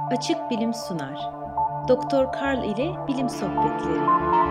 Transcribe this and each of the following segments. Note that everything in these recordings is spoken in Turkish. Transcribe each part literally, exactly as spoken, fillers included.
Açık Bilim sunar. Doktor Karl ile Bilim Sohbetleri.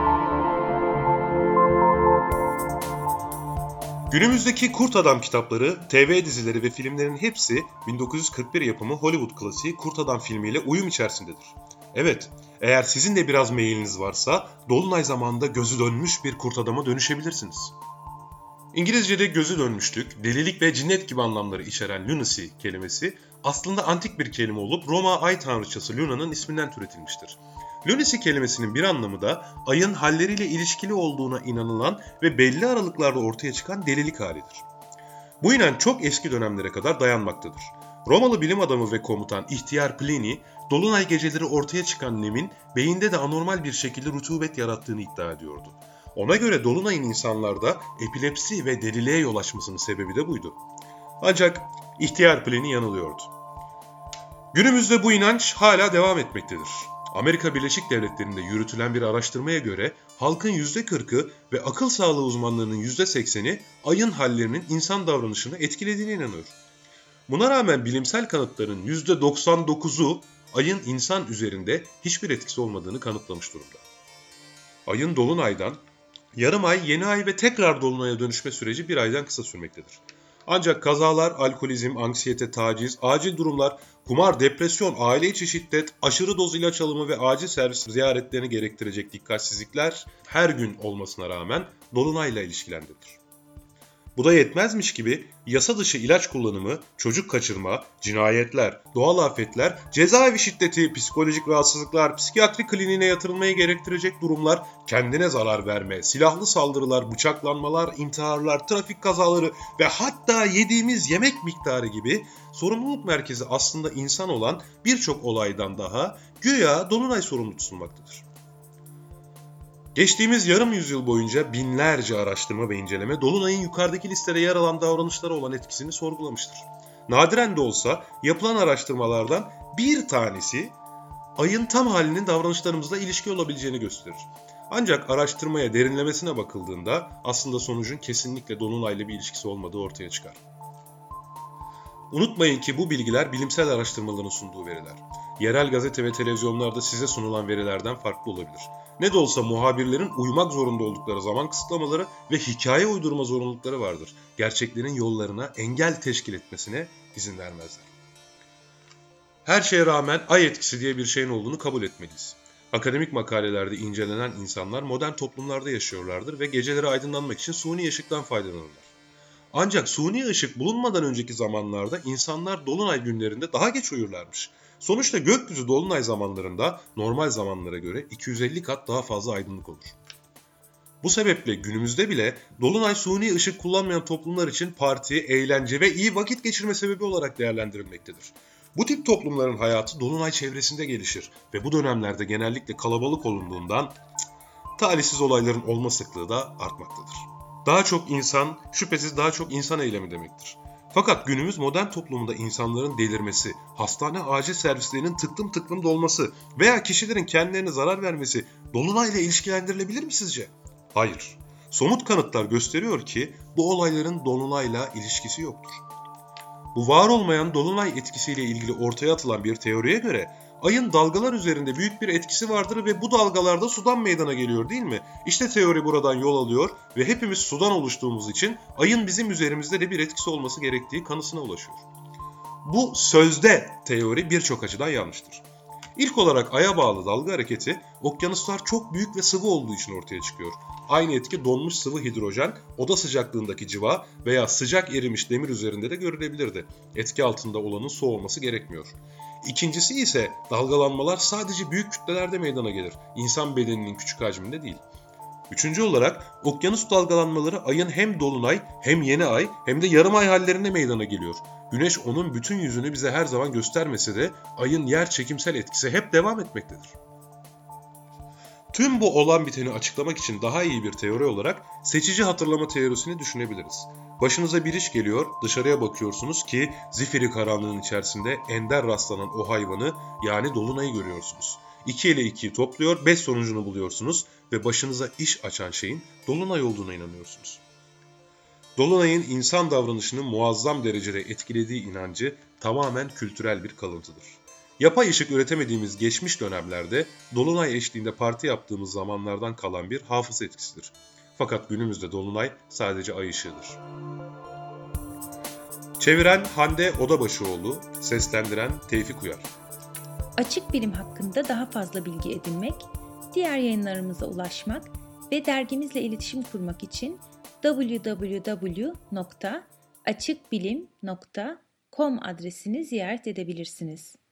Günümüzdeki Kurt Adam kitapları, T V dizileri ve filmlerin hepsi bin dokuz yüz kırk bir yapımı Hollywood klasiği Kurt Adam filmiyle uyum içerisindedir. Evet, eğer sizin de biraz meyiliniz varsa Dolunay zamanında gözü dönmüş bir kurt adama dönüşebilirsiniz. İngilizce'de gözü dönmüşlük, delilik ve cinnet gibi anlamları içeren lunacy kelimesi aslında antik bir kelime olup Roma ay tanrıçası Luna'nın isminden türetilmiştir. Lunacy kelimesinin bir anlamı da ayın halleriyle ilişkili olduğuna inanılan ve belli aralıklarla ortaya çıkan delilik halidir. Bu inanç çok eski dönemlere kadar dayanmaktadır. Romalı bilim adamı ve komutan İhtiyar Pliny, dolunay geceleri ortaya çıkan nemin beyinde de anormal bir şekilde rutubet yarattığını iddia ediyordu. Ona göre dolunayın insanlarda epilepsi ve deliliğe yol açmasının sebebi de buydu. Ancak İhtiyar Pliny yanılıyordu. Günümüzde bu inanç hala devam etmektedir. Amerika Birleşik Devletleri'nde yürütülen bir araştırmaya göre halkın yüzde kırkı ve akıl sağlığı uzmanlarının yüzde sekseni ayın hallerinin insan davranışını etkilediğine inanıyor. Buna rağmen bilimsel kanıtların yüzde doksan dokuzu ayın insan üzerinde hiçbir etkisi olmadığını kanıtlamış durumda. Ayın dolunaydan, yarım ay, yeni ay ve tekrar dolunaya dönüşme süreci bir aydan kısa sürmektedir. Ancak kazalar, alkolizm, anksiyete, taciz, acil durumlar, kumar, depresyon, aile içi şiddet, aşırı doz ilaç alımı ve acil servis ziyaretlerini gerektirecek dikkatsizlikler her gün olmasına rağmen dolunayla ilişkilendedir. Bu da yetmezmiş gibi yasa dışı ilaç kullanımı, çocuk kaçırma, cinayetler, doğal afetler, cezaevi şiddeti, psikolojik rahatsızlıklar, psikiyatri kliniğine yatırılmayı gerektirecek durumlar, kendine zarar verme, silahlı saldırılar, bıçaklanmalar, intiharlar, trafik kazaları ve hatta yediğimiz yemek miktarı gibi sorumluluk merkezi aslında insan olan birçok olaydan daha güya dolunay sorumlu tutulmaktadır. Geçtiğimiz yarım yüzyıl boyunca binlerce araştırma ve inceleme dolunayın yukarıdaki listede yer alan davranışlara olan etkisini sorgulamıştır. Nadiren de olsa yapılan araştırmalardan bir tanesi ayın tam halinin davranışlarımızla ilişki olabileceğini gösterir. Ancak araştırmaya derinlemesine bakıldığında aslında sonucun kesinlikle dolunayla bir ilişkisi olmadığı ortaya çıkar. Unutmayın ki bu bilgiler bilimsel araştırmaların sunduğu veriler. Yerel gazete ve televizyonlarda size sunulan verilerden farklı olabilir. Ne de olsa muhabirlerin uymak zorunda oldukları zaman kısıtlamaları ve hikaye uydurma zorunlulukları vardır. Gerçeklerin yollarına engel teşkil etmesine izin vermezler. Her şeye rağmen ay etkisi diye bir şeyin olduğunu kabul etmeliyiz. Akademik makalelerde incelenen insanlar modern toplumlarda yaşıyorlardır ve geceleri aydınlanmak için suni ışıktan faydalanırlar. Ancak suni ışık bulunmadan önceki zamanlarda insanlar dolunay günlerinde daha geç uyurlarmış. Sonuçta gökyüzü dolunay zamanlarında normal zamanlara göre iki yüz elli kat daha fazla aydınlık olur. Bu sebeple günümüzde bile dolunay suni ışık kullanmayan toplumlar için parti, eğlence ve iyi vakit geçirme sebebi olarak değerlendirilmektedir. Bu tip toplumların hayatı dolunay çevresinde gelişir ve bu dönemlerde genellikle kalabalık olunduğundan talihsiz olayların olma sıklığı da artmaktadır. Daha çok insan, şüphesiz daha çok insan eylemi demektir. Fakat günümüz modern toplumunda insanların delirmesi, hastane acil servislerinin tıklım tıklım dolması veya kişilerin kendilerine zarar vermesi dolunayla ilişkilendirilebilir mi sizce? Hayır. Somut kanıtlar gösteriyor ki bu olayların dolunayla ilişkisi yoktur. Bu var olmayan dolunay etkisiyle ilgili ortaya atılan bir teoriye göre ayın dalgalar üzerinde büyük bir etkisi vardır ve bu dalgalarda sudan meydana geliyor değil mi? İşte teori buradan yol alıyor ve hepimiz sudan oluştuğumuz için ayın bizim üzerimizde de bir etkisi olması gerektiği kanısına ulaşıyor. Bu sözde teori birçok açıdan yanlıştır. İlk olarak aya bağlı dalga hareketi okyanuslar çok büyük ve sıvı olduğu için ortaya çıkıyor. Aynı etki donmuş sıvı hidrojen, oda sıcaklığındaki civa veya sıcak erimiş demir üzerinde de görülebilirdi. Etki altında olanın su olması gerekmiyor. İkincisi ise dalgalanmalar sadece büyük kütlelerde meydana gelir. İnsan bedeninin küçük hacminde değil. Üçüncü olarak okyanus dalgalanmaları ayın hem dolunay hem yeni ay hem de yarım ay hallerinde meydana geliyor. Güneş onun bütün yüzünü bize her zaman göstermese de ayın yer çekimsel etkisi hep devam etmektedir. Tüm bu olan biteni açıklamak için daha iyi bir teori olarak seçici hatırlama teorisini düşünebiliriz. Başınıza bir iş geliyor, dışarıya bakıyorsunuz ki zifiri karanlığın içerisinde ender rastlanan o hayvanı yani dolunayı görüyorsunuz. iki ile ikiyi topluyor, beş sonucunu buluyorsunuz ve başınıza iş açan şeyin dolunay olduğuna inanıyorsunuz. Dolunay'ın insan davranışını muazzam derecede etkilediği inancı tamamen kültürel bir kalıntıdır. Yapay ışık üretemediğimiz geçmiş dönemlerde dolunay eşliğinde parti yaptığımız zamanlardan kalan bir hafıza etkisidir. Fakat günümüzde dolunay sadece ay ışığıdır. Çeviren Hande Odabaşıoğlu, seslendiren Tevfik Uyar. Açık bilim hakkında daha fazla bilgi edinmek, diğer yayınlarımıza ulaşmak ve dergimizle iletişim kurmak için double-u double-u double-u nokta açıkbilim nokta com adresini ziyaret edebilirsiniz.